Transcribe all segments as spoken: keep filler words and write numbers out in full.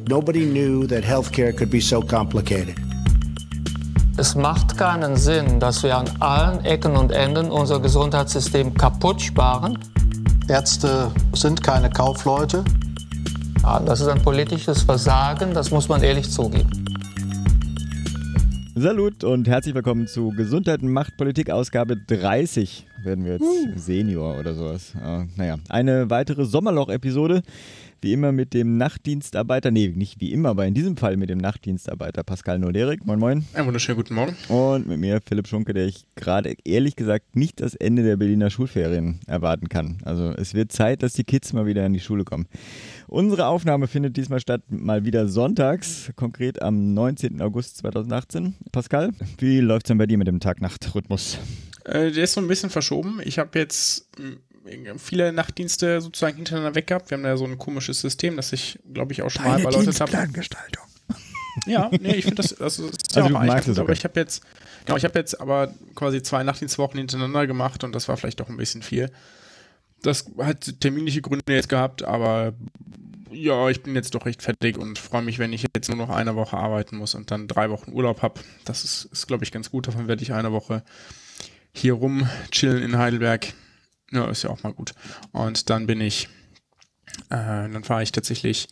Nobody knew that healthcare could be so complicated. Es macht keinen Sinn, dass wir an allen Ecken und Enden unser Gesundheitssystem kaputt sparen. Ärzte sind keine Kaufleute. Ja, das ist ein politisches Versagen, das muss man ehrlich zugeben. Salut und herzlich willkommen zu Gesundheit macht Politik, Ausgabe dreißig. Werden wir jetzt uh. Senior oder sowas. Uh, naja, eine weitere Sommerloch-Episode. Wie immer mit dem Nachtdienstarbeiter, nee, nicht wie immer, aber in diesem Fall mit dem Nachtdienstarbeiter Pascal Noderik. Moin, moin. Einen wunderschönen guten Morgen. Und mit mir Philipp Schunke, der ich gerade ehrlich gesagt nicht das Ende der Berliner Schulferien erwarten kann. Also es wird Zeit, dass die Kids mal wieder in die Schule kommen. Unsere Aufnahme findet diesmal statt, mal wieder sonntags, konkret am neunzehnten August zweitausendachtzehn. Pascal, wie läuft es denn bei dir mit dem Tag-Nacht-Rhythmus? Äh, der ist so ein bisschen verschoben. Ich habe jetzt viele Nachtdienste sozusagen hintereinander weg gehabt. Wir haben da so ein komisches System, das ich, glaube ich, auch schon Deine mal erläutert habe. Dienstplangestaltung. Ja, nee, ich finde das, das ist also ja auch eigentlich gut, okay. aber ich habe jetzt, genau, ich habe jetzt aber quasi zwei Nachtdienstwochen hintereinander gemacht und das war vielleicht doch ein bisschen viel. Das hat terminliche Gründe jetzt gehabt, aber ja, ich bin jetzt doch recht fertig und freue mich, wenn ich jetzt nur noch eine Woche arbeiten muss und dann drei Wochen Urlaub habe. Das ist, ist glaube ich, ganz gut. Davon werde ich eine Woche hier rum chillen in Heidelberg. Ja, ist ja auch mal gut. Und dann bin ich, äh, dann fahre ich tatsächlich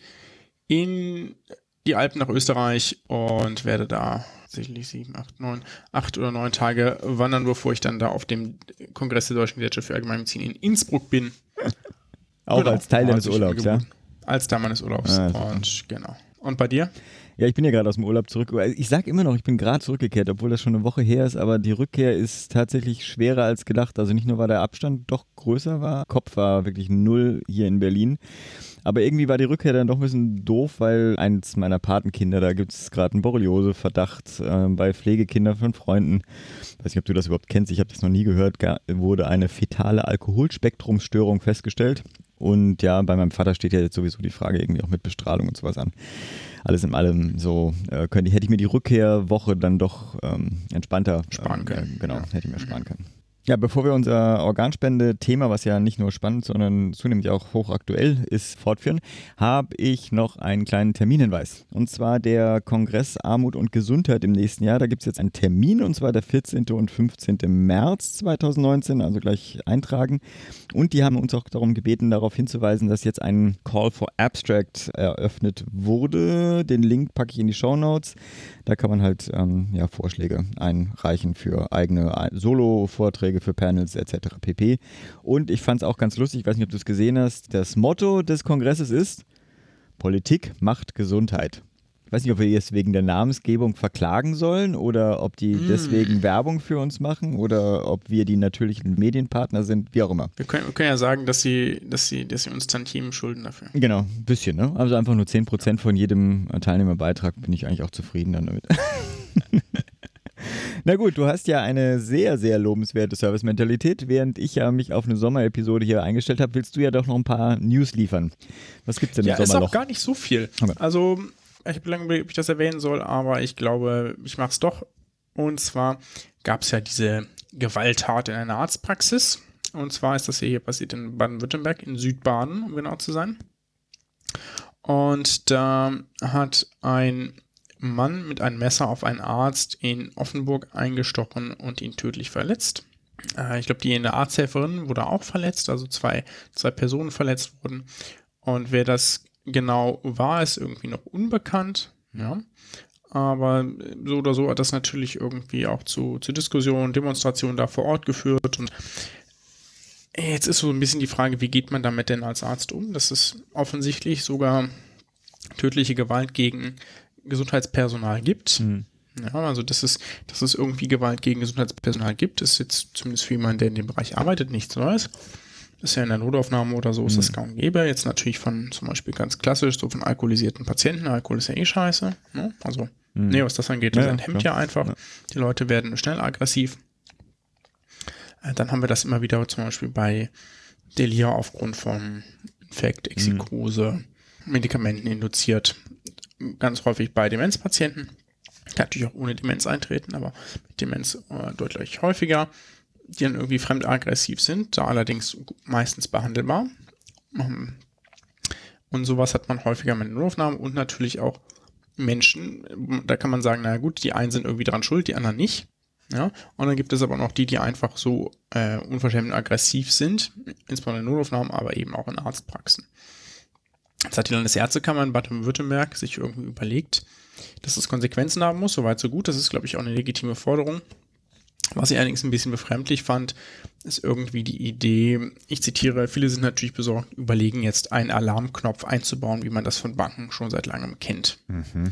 in die Alpen nach Österreich und werde da sicherlich sieben, acht, neun, acht oder neun Tage wandern, bevor ich dann da auf dem Kongress der Deutschen Gesellschaft für Allgemeinmedizin in Innsbruck bin. Auch genau. als Teil deines Urlaubs, ja? Als Teil meines Urlaubs. Ah, und genau. Und bei dir? Ja, ich bin ja gerade aus dem Urlaub zurück. Ich sage immer noch, ich bin gerade zurückgekehrt, obwohl das schon eine Woche her ist, aber die Rückkehr ist tatsächlich schwerer als gedacht. Also nicht nur, weil der Abstand doch größer war, Kopf war wirklich null hier in Berlin, aber irgendwie war die Rückkehr dann doch ein bisschen doof, weil eins meiner Patenkinder, da gibt es gerade einen Borreliose-Verdacht äh, bei Pflegekindern von Freunden. Ich weiß nicht, ob du das überhaupt kennst, ich habe das noch nie gehört, gar, wurde eine fetale Alkoholspektrumstörung festgestellt. Und ja, bei meinem Vater steht ja jetzt sowieso die Frage irgendwie auch mit Bestrahlung und sowas an. Alles in allem so, äh, könnte, hätte ich mir die Rückkehrwoche dann doch ähm, entspannter sparen können. Äh, genau, ja. hätte ich mir sparen können. Ja, bevor wir unser Organspende-Thema, was ja nicht nur spannend, sondern zunehmend auch hochaktuell ist, fortführen, habe ich noch einen kleinen Terminhinweis. Und zwar der Kongress Armut und Gesundheit im nächsten Jahr. Da gibt es jetzt einen Termin, und zwar der vierzehnten und fünfzehnten März zweitausendneunzehn, also gleich eintragen. Und die haben uns auch darum gebeten, darauf hinzuweisen, dass jetzt ein Call for Abstract eröffnet wurde. Den Link packe ich in die Shownotes. Da kann man halt ähm, ja, Vorschläge einreichen für eigene Solo-Vorträge, für Panels et cetera pp. Und ich fand es auch ganz lustig, ich weiß nicht, ob du es gesehen hast, das Motto des Kongresses ist: Politik macht Gesundheit. Ich weiß nicht, ob wir jetzt wegen der Namensgebung verklagen sollen oder ob die mm. deswegen Werbung für uns machen oder ob wir die natürlichen Medienpartner sind, wie auch immer. Wir können, wir können ja sagen, dass sie, dass sie, dass sie uns Tantiemen schulden dafür. Genau, ein bisschen, ne? Also einfach nur zehn Prozent von jedem Teilnehmerbeitrag, bin ich eigentlich auch zufrieden dann damit. Na gut, du hast ja eine sehr, sehr lobenswerte Service-Mentalität. Während ich ja mich auf eine Sommerepisode hier eingestellt habe, willst du ja doch noch ein paar News liefern. Was gibt's denn im ja, Sommerloch? Ja, ist auch gar nicht so viel. Okay. Also, ich habe lange überlegt, ob ich das erwähnen soll, aber ich glaube, ich mache es doch. Und zwar gab es ja diese Gewalttat in einer Arztpraxis. Und zwar ist das hier passiert in Baden-Württemberg, in Südbaden, um genau zu sein. Und da hat ein Mann mit einem Messer auf einen Arzt in Offenburg eingestochen und ihn tödlich verletzt. Äh, ich glaube, die in der Arzthelferin wurde auch verletzt, also zwei, zwei Personen verletzt wurden. Und wer das genau war, ist irgendwie noch unbekannt. Ja. Aber so oder so hat das natürlich irgendwie auch zu, zu Diskussionen, Demonstrationen da vor Ort geführt. Und jetzt ist so ein bisschen die Frage, wie geht man damit denn als Arzt um? Das ist offensichtlich sogar tödliche Gewalt gegen Gesundheitspersonal gibt. Mhm. Ja, also dass es, dass es irgendwie Gewalt gegen Gesundheitspersonal gibt, ist jetzt zumindest für jemanden, der in dem Bereich arbeitet, nichts Neues. Das ist ja in der Notaufnahme oder so, ist mhm. das kaum gäbe. Jetzt natürlich von zum Beispiel ganz klassisch, so von alkoholisierten Patienten. Alkohol ist ja eh scheiße. Ne? Also, mhm. nee, was das angeht, das ja, enthemmt ja einfach. Ja. Die Leute werden schnell aggressiv. Äh, dann haben wir das immer wieder zum Beispiel bei Delir aufgrund von Infekt, Exikose, mhm. Medikamenten induziert. Ganz häufig bei Demenzpatienten. Kann natürlich auch ohne Demenz eintreten, aber mit Demenz äh, deutlich häufiger, die dann irgendwie fremdaggressiv sind, da allerdings meistens behandelbar. Und sowas hat man häufiger mit Notaufnahmen und natürlich auch Menschen. Da kann man sagen, naja gut, die einen sind irgendwie dran schuld, die anderen nicht. Ja, und dann gibt es aber noch die, die einfach so äh, unverschämt aggressiv sind, insbesondere in Notaufnahmen, aber eben auch in Arztpraxen. Jetzt hat die Landesärztekammer in Baden-Württemberg sich irgendwie überlegt, dass das Konsequenzen haben muss, soweit so gut, das ist, glaube ich, auch eine legitime Forderung. Was ich allerdings ein bisschen befremdlich fand, ist irgendwie die Idee, ich zitiere, viele sind natürlich besorgt, überlegen jetzt einen Alarmknopf einzubauen, wie man das von Banken schon seit langem kennt. Mhm.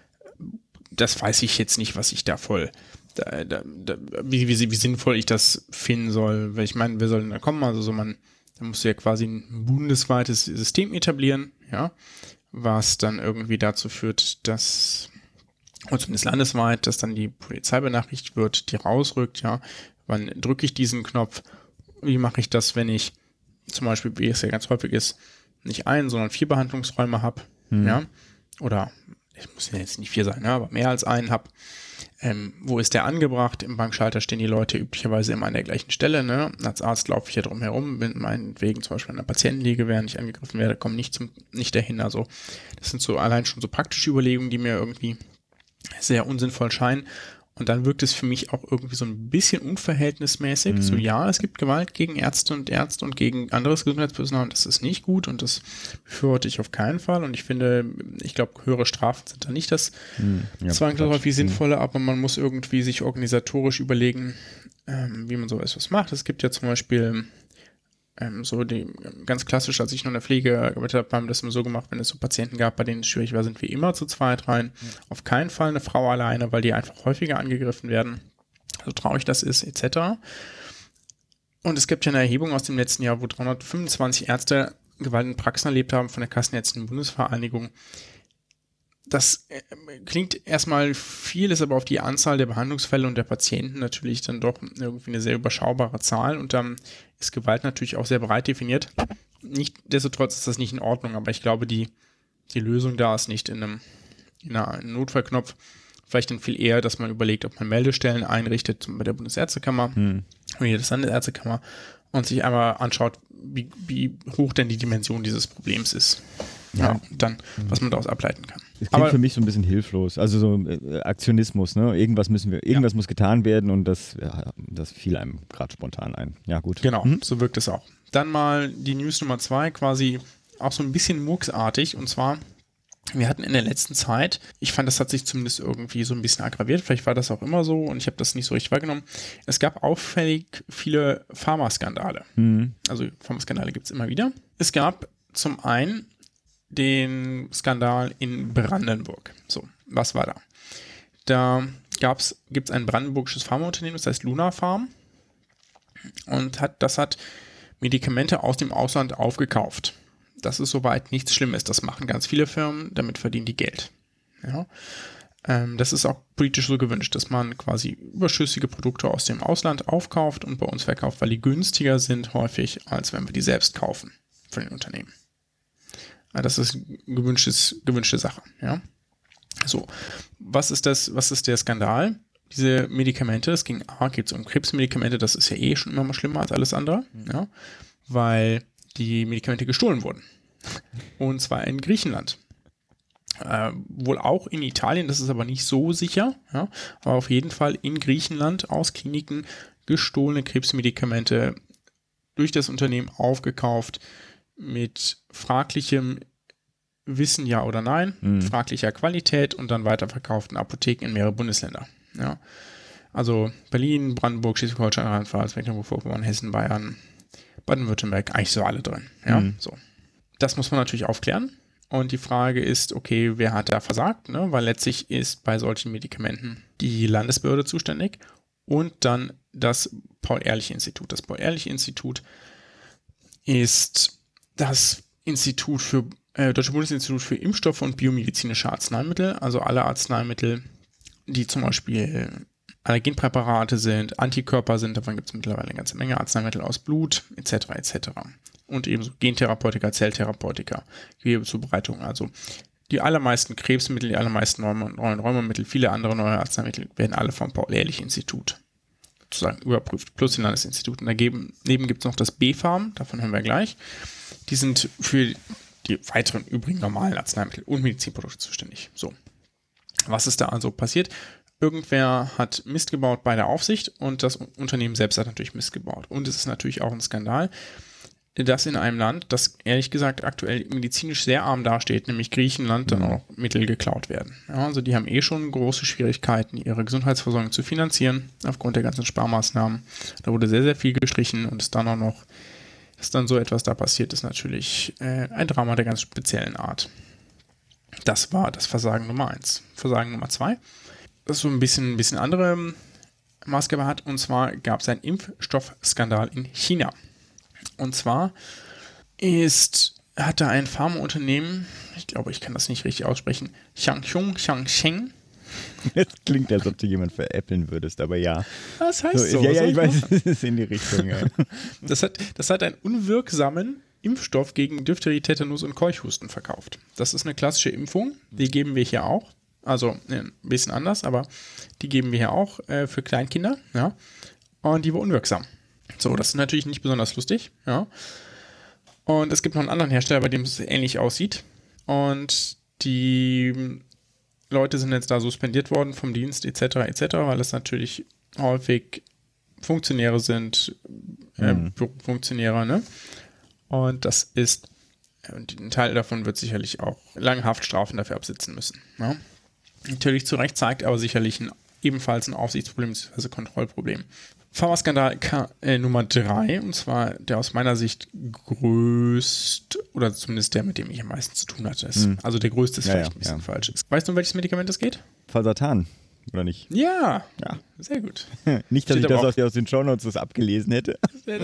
Das weiß ich jetzt nicht, was ich da voll... Da, da, da, wie, wie, wie sinnvoll ich das finden soll, weil ich meine, wir sollen da kommen, also so man, da musst du ja quasi ein bundesweites System etablieren, ja, was dann irgendwie dazu führt, dass, oder zumindest landesweit, dass dann die Polizei benachrichtigt wird, die rausrückt, ja, wann drücke ich diesen Knopf, wie mache ich das, wenn ich zum Beispiel, wie es ja ganz häufig ist, nicht einen, sondern vier Behandlungsräume habe, hm. ja, oder, es muss ja jetzt nicht vier sein, ja, aber mehr als einen habe. Ähm, wo ist der angebracht? Im Bankschalter stehen die Leute üblicherweise immer an der gleichen Stelle. Ne? Als Arzt laufe ich ja drum herum, bin meinetwegen zum Beispiel an der Patientenliege, während ich angegriffen werde, komme nicht zum, nicht dahin. Also das sind so allein schon so praktische Überlegungen, die mir irgendwie sehr unsinnvoll scheinen. Und dann wirkt es für mich auch irgendwie so ein bisschen unverhältnismäßig. Mhm. So, ja, es gibt Gewalt gegen Ärzte und Ärzte und gegen anderes Gesundheitspersonal und das ist nicht gut und das befürworte ich auf keinen Fall. Und ich finde, ich glaube, höhere Strafen sind da nicht das mhm. ja, zwangsläufig sinnvolle, aber man muss irgendwie sich organisatorisch überlegen, ähm, wie man so etwas macht. Es gibt ja zum Beispiel ähm, so die ganz klassisch, als ich noch in der Pflege gearbeitet habe, haben wir das immer so gemacht, wenn es so Patienten gab, bei denen es schwierig war, sind wir immer zu zweit rein. Mhm. Auf keinen Fall eine Frau alleine, weil die einfach häufiger angegriffen werden, so traurig das ist, et cetera. Und es gibt ja eine Erhebung aus dem letzten Jahr, wo dreihundertfünfundzwanzig Ärzte Gewalt in Praxen erlebt haben von der Kassenärztlichen Bundesvereinigung. Das äh, klingt erstmal viel, ist aber auf die Anzahl der Behandlungsfälle und der Patienten natürlich dann doch irgendwie eine sehr überschaubare Zahl und dann ist Gewalt natürlich auch sehr breit definiert. Nichtsdestotrotz ist das nicht in Ordnung, aber ich glaube, die, die Lösung da ist nicht in einem, in einem Notfallknopf. Vielleicht dann viel eher, dass man überlegt, ob man Meldestellen einrichtet bei der Bundesärztekammer hm. oder hier das Landesärztekammer und sich einmal anschaut, wie, wie hoch denn die Dimension dieses Problems ist. Ja, ja und dann, was man daraus ableiten kann. Es klingt Aber, für mich so ein bisschen hilflos. Also so äh, Aktionismus, ne? Irgendwas müssen wir, irgendwas ja. muss getan werden und das, ja, das fiel einem gerade spontan ein. Ja, gut. Genau, mhm. so wirkt es auch. Dann mal die News Nummer zwei, quasi auch so ein bisschen murksartig und zwar, wir hatten in der letzten Zeit, ich fand, das hat sich zumindest irgendwie so ein bisschen aggraviert, vielleicht war das auch immer so und ich habe das nicht so richtig wahrgenommen. Es gab auffällig viele Pharmaskandale. Mhm. Also Pharmaskandale gibt es immer wieder. Es gab zum einen den Skandal in Brandenburg. So, was war da? Da gab's, gibt's ein brandenburgisches Pharmaunternehmen, das heißt Luna Pharm und hat, das hat Medikamente aus dem Ausland aufgekauft. Das ist soweit nichts Schlimmes. Das machen ganz viele Firmen, damit verdienen die Geld. Ja. Ähm, das ist auch politisch so gewünscht, dass man quasi überschüssige Produkte aus dem Ausland aufkauft und bei uns verkauft, weil die günstiger sind häufig, als wenn wir die selbst kaufen von den Unternehmen. Ja, das ist gewünschtes, gewünschte Sache. Ja. So, was ist das? Was ist der Skandal? Diese Medikamente, es ging A, geht es um Krebsmedikamente, das ist ja eh schon immer mal schlimmer als alles andere, mhm. ja, weil die Medikamente gestohlen wurden. Und zwar in Griechenland. Äh, wohl auch in Italien, das ist aber nicht so sicher, ja, aber auf jeden Fall in Griechenland aus Kliniken gestohlene Krebsmedikamente durch das Unternehmen aufgekauft mit fraglichem Wissen, ja oder nein, mhm. fraglicher Qualität und dann weiterverkauft in Apotheken in mehrere Bundesländer. Ja. Also Berlin, Brandenburg, Schleswig-Holstein, Rheinland-Pfalz, Mecklenburg-Vorpommern, Hessen, Bayern, Baden-Württemberg, eigentlich so alle drin. Ja, mhm. so. Das muss man natürlich aufklären. Und die Frage ist, okay, wer hat da versagt? Ne? Weil letztlich ist bei solchen Medikamenten die Landesbehörde zuständig und dann das Paul-Ehrlich-Institut. Das Paul-Ehrlich-Institut ist das Institut für, äh, Deutsche Bundesinstitut für Impfstoffe und biomedizinische Arzneimittel, also alle Arzneimittel, die zum Beispiel Allergenpräparate sind, Antikörper sind, davon gibt es mittlerweile eine ganze Menge, Arzneimittel aus Blut, et cetera et cetera. Und ebenso Gentherapeutika, Zelltherapeutika, Gewebezubereitung, also die allermeisten Krebsmittel, die allermeisten neuen Rheumamittel, viele andere neue Arzneimittel werden alle vom Paul-Ehrlich-Institut sozusagen überprüft, plus die Landesinstitute. Und daneben gibt es noch das B Pharm, davon hören wir gleich. Die sind für die weiteren übrigen normalen Arzneimittel und Medizinprodukte zuständig. So. Was ist da also passiert? Irgendwer hat Mist gebaut bei der Aufsicht und das Unternehmen selbst hat natürlich Mist gebaut. Und es ist natürlich auch ein Skandal, dass in einem Land, das ehrlich gesagt aktuell medizinisch sehr arm dasteht, nämlich Griechenland, dann auch Mittel geklaut werden. Ja, also die haben eh schon große Schwierigkeiten, ihre Gesundheitsversorgung zu finanzieren, aufgrund der ganzen Sparmaßnahmen. Da wurde sehr, sehr viel gestrichen und es dann auch noch, dass dann so etwas da passiert, ist natürlich äh, ein Drama der ganz speziellen Art. Das war das Versagen Nummer eins. Versagen Nummer zwei, das so ein bisschen, ein bisschen andere Maßgabe hat, und zwar gab es einen Impfstoffskandal in China. Und zwar ist, hat da ein Pharmaunternehmen, ich glaube, ich kann das nicht richtig aussprechen, Changchun Changsheng. Das klingt, als ob du jemand veräppeln würdest, aber ja. Das heißt so. so ja, ja, so ich weiß, es ist in die Richtung. Ja. Das hat, das hat einen unwirksamen Impfstoff gegen Diphtherie, Tetanus und Keuchhusten verkauft. Das ist eine klassische Impfung, die geben wir hier auch. Also ein bisschen anders, aber die geben wir hier auch äh, für Kleinkinder. Ja. Und die war unwirksam. So, das ist natürlich nicht besonders lustig, ja. Und es gibt noch einen anderen Hersteller, bei dem es ähnlich aussieht. Und die Leute sind jetzt da suspendiert worden vom Dienst et cetera et cetera, weil es natürlich häufig Funktionäre sind, äh, Mhm. Funktionäre, ne? Und das ist, und ein Teil davon wird sicherlich auch lange Haftstrafen dafür absitzen müssen. Ja? Natürlich zu Recht, zeigt aber sicherlich ein, ebenfalls ein Aufsichtsproblem bzw. Kontrollproblem. Pharmaskandal K- äh, Nummer drei, und zwar der aus meiner Sicht größte, oder zumindest der, mit dem ich am meisten zu tun hatte. Ist, Mhm. Also der größte ist Ja, vielleicht ja, ein bisschen ja. falsch. Weißt du, um welches Medikament es geht? Valsartan, oder nicht? Ja, Ja. sehr gut. Nicht, dass Steht ich das aber aus, aus den Shownotes das abgelesen hätte.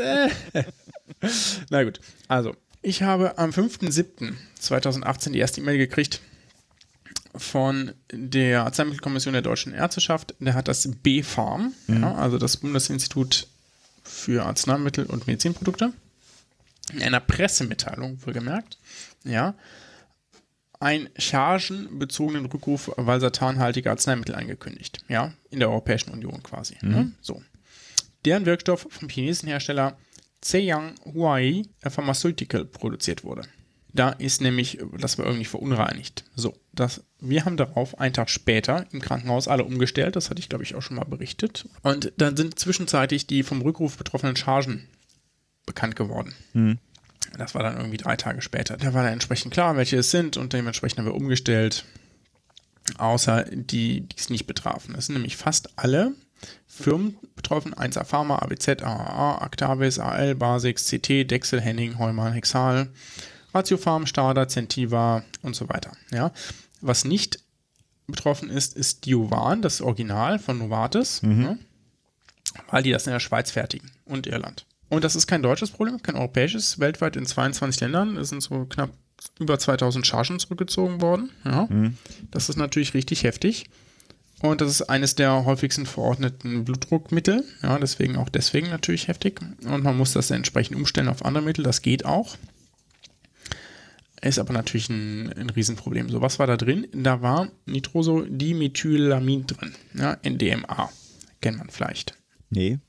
Na gut, also ich habe am fünften siebten zweitausendachtzehn die erste E-Mail gekriegt von der Arzneimittelkommission der Deutschen Ärzteschaft. Der hat das B Pharm, Mhm. ja, also das Bundesinstitut für Arzneimittel und Medizinprodukte, in einer Pressemitteilung wohlgemerkt, ja, einen chargenbezogenen Rückruf valsartanhaltiger Arzneimittel angekündigt, ja, in der Europäischen Union quasi. Mhm. Ne? So. Deren Wirkstoff vom chinesischen Hersteller Zhejiang Huai Pharmaceutical produziert wurde. Da ist nämlich, das war irgendwie verunreinigt. So, das, wir haben darauf einen Tag später im Krankenhaus alle umgestellt, das hatte ich glaube ich auch schon mal berichtet. Und dann sind zwischenzeitlich die vom Rückruf betroffenen Chargen bekannt geworden. Mhm. Das war dann irgendwie drei Tage später. Da war dann entsprechend klar, welche es sind, und dementsprechend haben wir umgestellt, außer die, die es nicht betrafen. Es sind nämlich fast alle Firmen betroffen: eins A Pharma, A B Z, A A A, Actavis, A L, Basix, C T, Dexel, Henning, Heumann, Hexal, Ratiopharm, Stada, Zentiva und so weiter. Ja. Was nicht betroffen ist, ist Diovan, das Original von Novartis, Mhm. ja, weil die das in der Schweiz fertigen und Irland. Und das ist kein deutsches Problem, kein europäisches, weltweit in zweiundzwanzig Ländern. Es sind so knapp über zweitausend Chargen zurückgezogen worden. Ja. Mhm. Das ist natürlich richtig heftig. Und das ist eines der häufigsten verordneten Blutdruckmittel. Ja, deswegen auch deswegen natürlich heftig. Und man muss das entsprechend umstellen auf andere Mittel. Das geht auch. Ist aber natürlich ein, ein Riesenproblem. So, was war da drin? Da war Nitrosodimethylamid drin. Ja, N D M A. Kennt man vielleicht. Nee.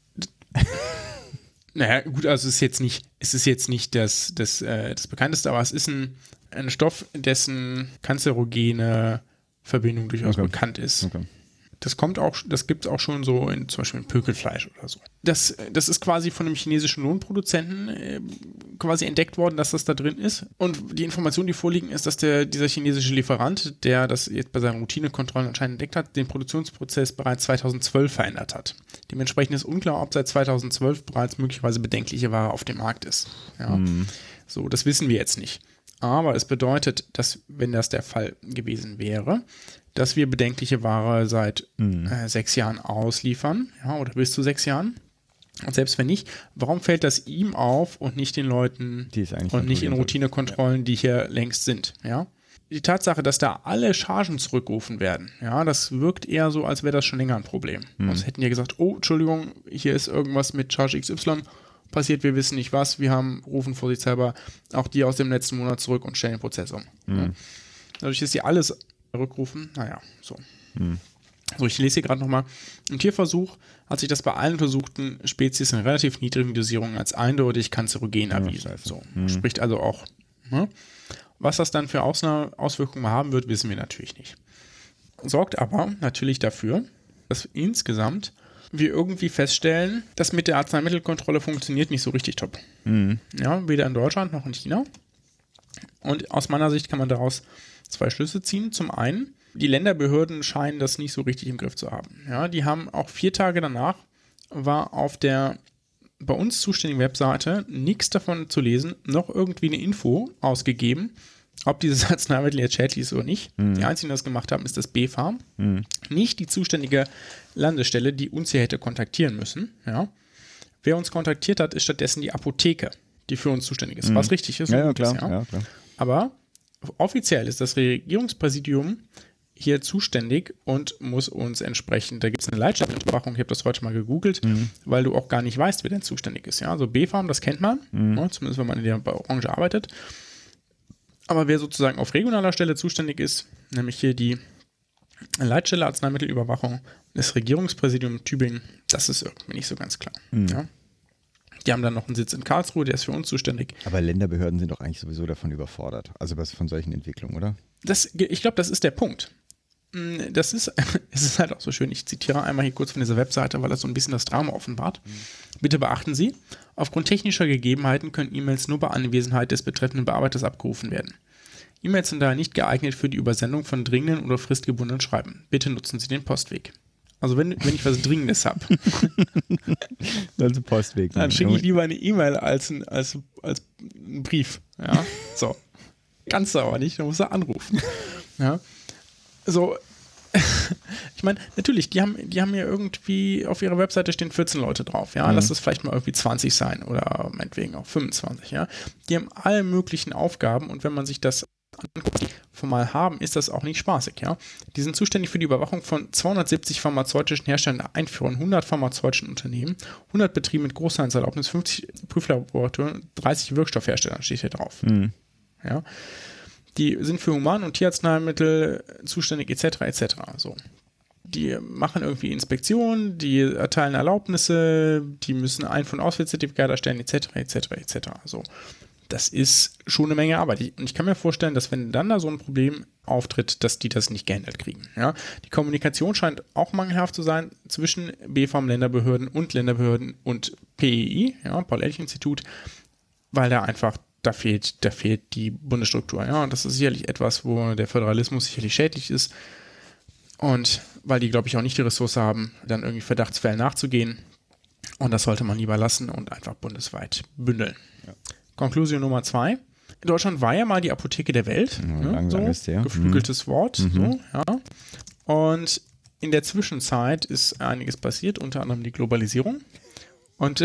Naja, gut, also es ist jetzt nicht, es ist jetzt nicht das, das, äh, das bekannteste, aber es ist ein, ein Stoff, dessen kanzerogene Verbindung durchaus Okay. bekannt ist. Okay. Das kommt auch, das gibt es auch schon so in zum Beispiel in Pökelfleisch oder so. Das, das ist quasi von einem chinesischen Lohnproduzenten äh, quasi entdeckt worden, dass das da drin ist. Und die Informationen, die vorliegen, ist, dass der, dieser chinesische Lieferant, der das jetzt bei seinen Routinekontrollen anscheinend entdeckt hat, den Produktionsprozess bereits zweitausendzwölf verändert hat. Dementsprechend ist unklar, ob seit zweitausendzwölf bereits möglicherweise bedenkliche Ware auf dem Markt ist. Ja. Mhm. So, das wissen wir jetzt nicht. Aber es bedeutet, dass, wenn das der Fall gewesen wäre, dass wir bedenkliche Ware seit Mhm. äh, sechs Jahren ausliefern, ja, oder bis zu sechs Jahren. Und selbst wenn nicht, warum fällt das ihm auf und nicht den Leuten Die es eigentlich und nicht in kontrollieren Routinekontrollen, die hier längst sind, ja? Die Tatsache, dass da alle Chargen zurückgerufen werden, ja, das wirkt eher so, als wäre das schon länger ein Problem. Mhm. Und hätten ja gesagt, oh, Entschuldigung, hier ist irgendwas mit Charge X Y passiert, wir wissen nicht was, wir haben, rufen vorsichtshalber auch die aus dem letzten Monat zurück und stellen den Prozess um. Mhm. Ja. Dadurch, dass die alles rückrufen, naja, so. Mhm. So, ich lese hier gerade nochmal. Im Tierversuch hat sich das bei allen untersuchten Spezies in relativ niedrigen Dosierungen als eindeutig kanzerogen erwiesen. scheiße. So, Mhm. spricht also auch Ja. Was das dann für Ausna- Auswirkungen haben wird, wissen wir natürlich nicht. Sorgt aber natürlich dafür, dass insgesamt wir irgendwie feststellen, dass mit der Arzneimittelkontrolle funktioniert nicht so richtig top. Mhm. Ja, weder in Deutschland noch in China. Und aus meiner Sicht kann man daraus zwei Schlüsse ziehen. Zum einen, die Länderbehörden scheinen das nicht so richtig im Griff zu haben. Ja, die haben auch vier Tage danach, war auf der bei uns zuständigen Webseite nichts davon zu lesen, noch irgendwie eine Info ausgegeben, ob dieses Arzneimittel jetzt schädlich ist oder nicht. Mhm. Die einzigen, die das gemacht haben, ist das B fam. Mhm. Nicht die zuständige Landesstelle, die uns hier hätte kontaktieren müssen. Ja. Wer uns kontaktiert hat, ist stattdessen die Apotheke, die für uns zuständig ist. Mhm. Was richtig ist. Ja, und ja, gut klar, ist, ja. ja, klar. Aber offiziell ist das Regierungspräsidium hier zuständig und muss uns entsprechend, da gibt es eine Leitstellenüberwachung, ich habe das heute mal gegoogelt, mhm. weil du auch gar nicht weißt, wer denn zuständig ist. Ja? Also B fam, das kennt man, mhm. ja, zumindest wenn man in der Branche arbeitet. Aber wer sozusagen auf regionaler Stelle zuständig ist, nämlich hier die Leitstelle Arzneimittelüberwachung, das Regierungspräsidium Tübingen, das ist irgendwie nicht so ganz klar. Mhm. Ja? Die haben dann noch einen Sitz in Karlsruhe, der ist für uns zuständig. Aber Länderbehörden sind doch eigentlich sowieso davon überfordert. Also was von solchen Entwicklungen, oder? Das, ich glaube, das ist der Punkt. Das ist, es ist halt auch so schön, ich zitiere einmal hier kurz von dieser Webseite, weil das so ein bisschen das Drama offenbart. Mhm. Bitte beachten Sie, aufgrund technischer Gegebenheiten können E-Mails nur bei Anwesenheit des betreffenden Bearbeiters abgerufen werden. E-Mails sind daher nicht geeignet für die Übersendung von dringenden oder fristgebundenen Schreiben. Bitte nutzen Sie den Postweg. Also wenn, wenn ich was Dringendes habe, also Postweg. Dann schicke ich lieber eine E-Mail als, ein, als, als einen Brief. Ja, so. Kannst du aber nicht, dann musst du anrufen. Ja. So, ich meine, natürlich, die haben, die haben ja irgendwie, auf ihrer Webseite stehen vierzehn Leute drauf, ja, mhm. lass es vielleicht mal irgendwie zwanzig sein oder meinetwegen auch fünfundzwanzig, ja. Die haben alle möglichen Aufgaben und wenn man sich das anguckt, die formal haben, ist das auch nicht spaßig, ja. Die sind zuständig für die Überwachung von zweihundertsiebzig pharmazeutischen Herstellern der Einführung, hundert pharmazeutischen Unternehmen, hundert Betrieben mit Großhandelserlaubnis, fünfzig Prüflaboratorien, dreißig Wirkstoffherstellern steht hier drauf, mhm. ja. Die sind für Human- und Tierarzneimittel zuständig, et cetera, et cetera. So. Die machen irgendwie Inspektionen, die erteilen Erlaubnisse, die müssen Ein- und Auswärtszertifikate erstellen, et cetera, et cetera, et cetera. So. Das ist schon eine Menge Arbeit. Und ich kann mir vorstellen, dass wenn dann da so ein Problem auftritt, dass die das nicht gehandelt kriegen. Ja? Die Kommunikation scheint auch mangelhaft zu sein zwischen B fam, Länderbehörden und Länderbehörden und P E I, ja, Paul-Ehrlich-Institut, weil da einfach Da fehlt, da fehlt die Bundesstruktur. Ja, und das ist sicherlich etwas, wo der Föderalismus sicherlich schädlich ist. Und weil die, glaube ich, auch nicht die Ressource haben, dann irgendwie Verdachtsfällen nachzugehen. Und das sollte man lieber lassen und einfach bundesweit bündeln. Ja. Konklusion Nummer zwei. In Deutschland war ja mal die Apotheke der Welt. Ja, ne, so, ist der. geflügeltes mhm. Wort. Mhm. So, ja. Und in der Zwischenzeit ist einiges passiert, unter anderem die Globalisierung. Und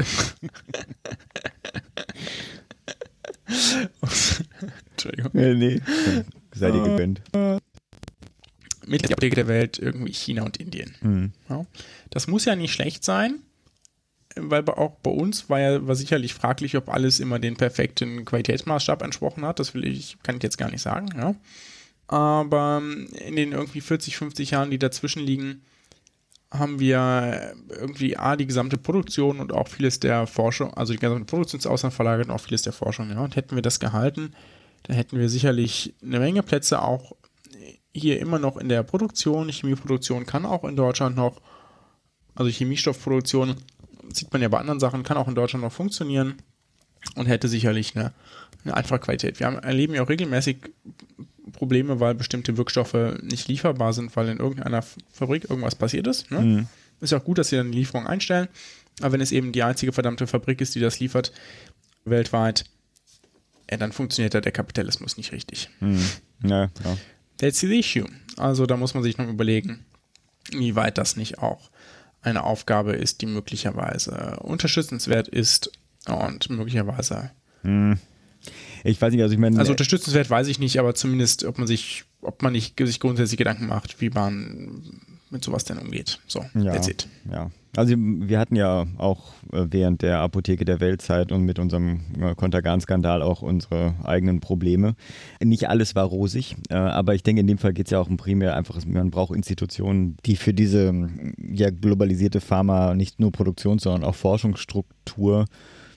Entschuldigung. Ja, nee, sei dir gegönnt. Mit der Apotheke der Welt irgendwie China und Indien. Mhm. Ja. Das muss ja nicht schlecht sein, weil auch bei uns war ja war sicherlich fraglich, ob alles immer den perfekten Qualitätsmaßstab entsprochen hat. Das will ich, kann ich jetzt gar nicht sagen. Ja. Aber in den irgendwie vierzig, fünfzig Jahren, die dazwischen liegen, haben wir irgendwie A, die gesamte Produktion und auch vieles der Forschung, also die gesamte Produktion ins Ausland verlagert und auch vieles der Forschung. Ja. Und hätten wir das gehalten, dann hätten wir sicherlich eine Menge Plätze auch hier immer noch in der Produktion. Chemieproduktion kann auch in Deutschland noch, also Chemiestoffproduktion sieht man ja bei anderen Sachen, kann auch in Deutschland noch funktionieren und hätte sicherlich eine, eine einfache Qualität. Wir haben, erleben ja auch regelmäßig Probleme, weil bestimmte Wirkstoffe nicht lieferbar sind, weil in irgendeiner Fabrik irgendwas passiert ist. Ne? Mhm. Ist ja auch gut, dass sie dann die Lieferung einstellen, aber wenn es eben die einzige verdammte Fabrik ist, die das liefert, weltweit, ja, dann funktioniert da der Kapitalismus nicht richtig. Mhm. Ja, ja. That's the issue. Also da muss man sich noch überlegen, wie weit das nicht auch eine Aufgabe ist, die möglicherweise unterstützenswert ist und möglicherweise mhm. Ich weiß nicht, also ich meine. Also unterstützenswert weiß ich nicht, aber zumindest, ob man sich, ob man nicht sich grundsätzlich Gedanken macht, wie man mit sowas denn umgeht. So, ja, that's it. Ja. Also wir hatten ja auch während der Apotheke der Weltzeit und mit unserem Contergan-Skandal auch unsere eigenen Probleme. Nicht alles war rosig, aber ich denke, in dem Fall geht es ja auch um primär einfach, man braucht Institutionen, die für diese ja, globalisierte Pharma nicht nur Produktion, sondern auch Forschungsstruktur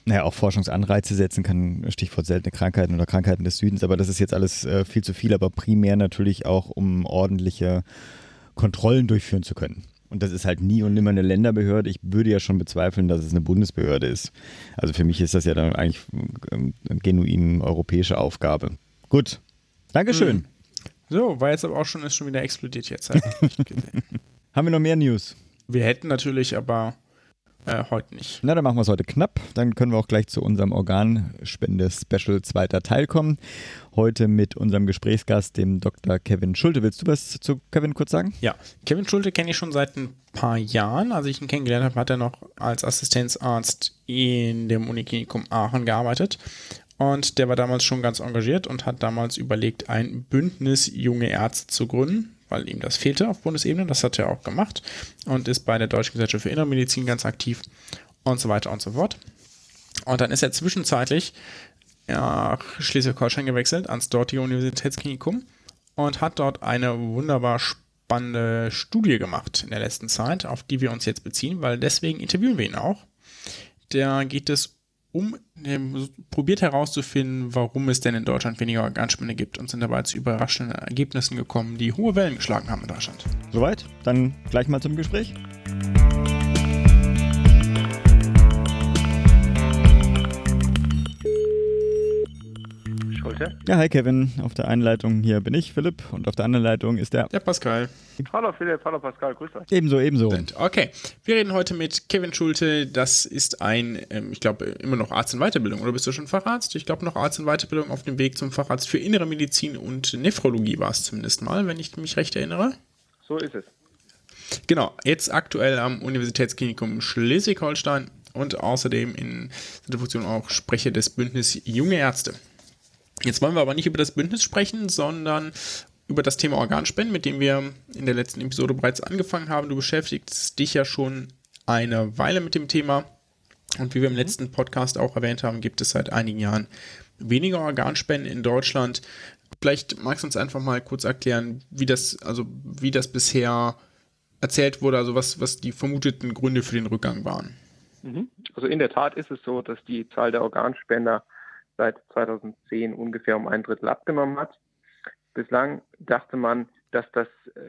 Naja, auch Forschungsanreize setzen kann, Stichwort seltene Krankheiten oder Krankheiten des Südens, aber das ist jetzt alles äh, viel zu viel, aber primär natürlich auch, um ordentliche Kontrollen durchführen zu können. Und das ist halt nie und nimmer eine Länderbehörde. Ich würde ja schon bezweifeln, dass es eine Bundesbehörde ist. Also für mich ist das ja dann eigentlich eine genuin europäische Aufgabe. Gut, Dankeschön. Hm. So, war jetzt aber auch schon, ist schon wieder explodiert jetzt. Haben wir noch mehr News? Wir hätten natürlich, aber äh, heute nicht. Na, dann machen wir es heute knapp. Dann können wir auch gleich zu unserem Organspende-Special zweiter Teil kommen. Heute mit unserem Gesprächsgast, dem Doktor Kevin Schulte. Willst du was zu Kevin kurz sagen? Ja, Kevin Schulte kenne ich schon seit ein paar Jahren. Als ich ihn kennengelernt habe, hat er noch als Assistenzarzt in dem Uniklinikum Aachen gearbeitet. Und der war damals schon ganz engagiert und hat damals überlegt, ein Bündnis junge Ärzte zu gründen, weil ihm das fehlte auf Bundesebene. Das hat er auch gemacht und ist bei der Deutschen Gesellschaft für Innere Medizin ganz aktiv und so weiter und so fort. Und dann ist er zwischenzeitlich nach Schleswig-Holstein gewechselt, ans dortige Universitätsklinikum und hat dort eine wunderbar spannende Studie gemacht in der letzten Zeit, auf die wir uns jetzt beziehen, weil deswegen interviewen wir ihn auch. Da geht es um, ähm, probiert herauszufinden, warum es denn in Deutschland weniger Organspende gibt und sind dabei zu überraschenden Ergebnissen gekommen, die hohe Wellen geschlagen haben in Deutschland. Soweit, dann gleich mal zum Gespräch. Schulte? Ja, hi Kevin. Auf der einen Leitung hier bin ich, Philipp, und auf der anderen Leitung ist der... Der Pascal. Hallo Philipp, hallo Pascal, grüß euch. Ebenso, ebenso. Okay, wir reden heute mit Kevin Schulte. Das ist ein, ähm, ich glaube, immer noch Arzt in Weiterbildung. Oder bist du schon Facharzt? Ich glaube, noch Arzt in Weiterbildung auf dem Weg zum Facharzt für Innere Medizin und Nephrologie war es zumindest mal, wenn ich mich recht erinnere. So ist es. Genau, jetzt aktuell am Universitätsklinikum Schleswig-Holstein und außerdem in der Funktion auch Sprecher des Bündnis Junge Ärzte. Jetzt wollen wir aber nicht über das Bündnis sprechen, sondern über das Thema Organspenden, mit dem wir in der letzten Episode bereits angefangen haben. Du beschäftigst dich ja schon eine Weile mit dem Thema und wie wir im letzten Podcast auch erwähnt haben, gibt es seit einigen Jahren weniger Organspenden in Deutschland. Vielleicht magst du uns einfach mal kurz erklären, wie das, also wie das bisher erzählt wurde, also was, was die vermuteten Gründe für den Rückgang waren. Also in der Tat ist es so, dass die Zahl der Organspender seit zweitausendzehn ungefähr um ein Drittel abgenommen hat. Bislang dachte man, dass das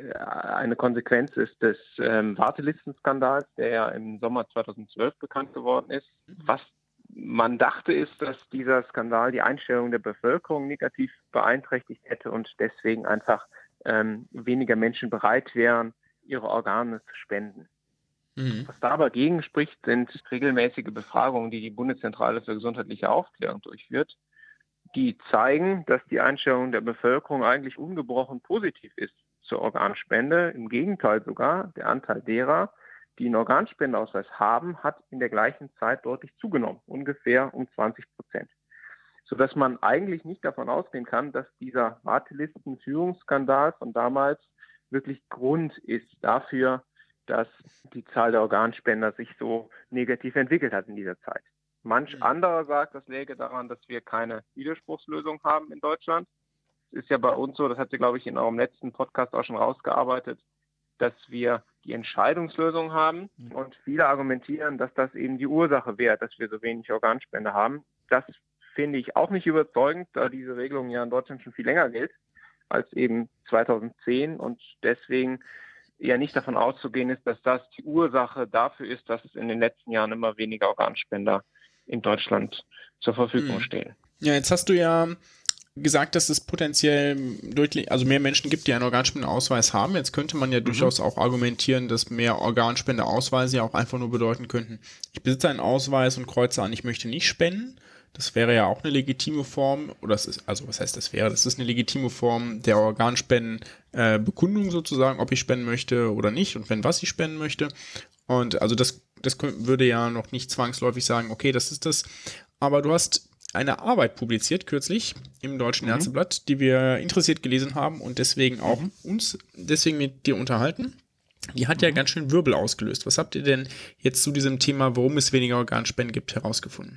eine Konsequenz ist des ähm, Wartelistenskandals, der ja im Sommer zweitausendzwölf bekannt geworden ist. Was man dachte, ist, dass dieser Skandal die Einstellung der Bevölkerung negativ beeinträchtigt hätte und deswegen einfach ähm, weniger Menschen bereit wären, ihre Organe zu spenden. Mhm. Was da aber gegen spricht, sind regelmäßige Befragungen, die die Bundeszentrale für gesundheitliche Aufklärung durchführt, die zeigen, dass die Einstellung der Bevölkerung eigentlich ungebrochen positiv ist zur Organspende. Im Gegenteil sogar, der Anteil derer, die einen Organspendeausweis haben, hat in der gleichen Zeit deutlich zugenommen, ungefähr um zwanzig Prozent. Sodass man eigentlich nicht davon ausgehen kann, dass dieser Wartelistenführungsskandal von damals wirklich Grund ist dafür, dass die Zahl der Organspender sich so negativ entwickelt hat in dieser Zeit. Manch anderer sagt, das läge daran, dass wir keine Widerspruchslösung haben in Deutschland. Es ist ja bei uns so, das habt ihr, glaube ich, in eurem letzten Podcast auch schon rausgearbeitet, dass wir die Entscheidungslösung haben und viele argumentieren, dass das eben die Ursache wäre, dass wir so wenig Organspender haben. Das finde ich auch nicht überzeugend, da diese Regelung ja in Deutschland schon viel länger gilt als eben zweitausendzehn und deswegen eher nicht davon auszugehen ist, dass das die Ursache dafür ist, dass es in den letzten Jahren immer weniger Organspender in Deutschland zur Verfügung stehen. Ja, jetzt hast du ja gesagt, dass es potenziell deutlich, also mehr Menschen gibt, die einen Organspendeausweis haben. Jetzt könnte man ja mhm. durchaus auch argumentieren, dass mehr Organspendeausweise ja auch einfach nur bedeuten könnten, ich besitze einen Ausweis und kreuze an, ich möchte nicht spenden. Das wäre ja auch eine legitime Form, oder es ist, also was heißt das wäre? Das ist eine legitime Form der Organspendenbekundung äh, sozusagen, ob ich spenden möchte oder nicht und wenn was ich spenden möchte. Und also das, das würde ja noch nicht zwangsläufig sagen, okay, das ist das. Aber du hast eine Arbeit publiziert kürzlich im Deutschen mhm. Ärzteblatt, die wir interessiert gelesen haben und deswegen auch mhm. uns deswegen mit dir unterhalten. Die hat mhm. ja ganz schön Wirbel ausgelöst. Was habt ihr denn jetzt zu diesem Thema, warum es weniger Organspenden gibt, herausgefunden?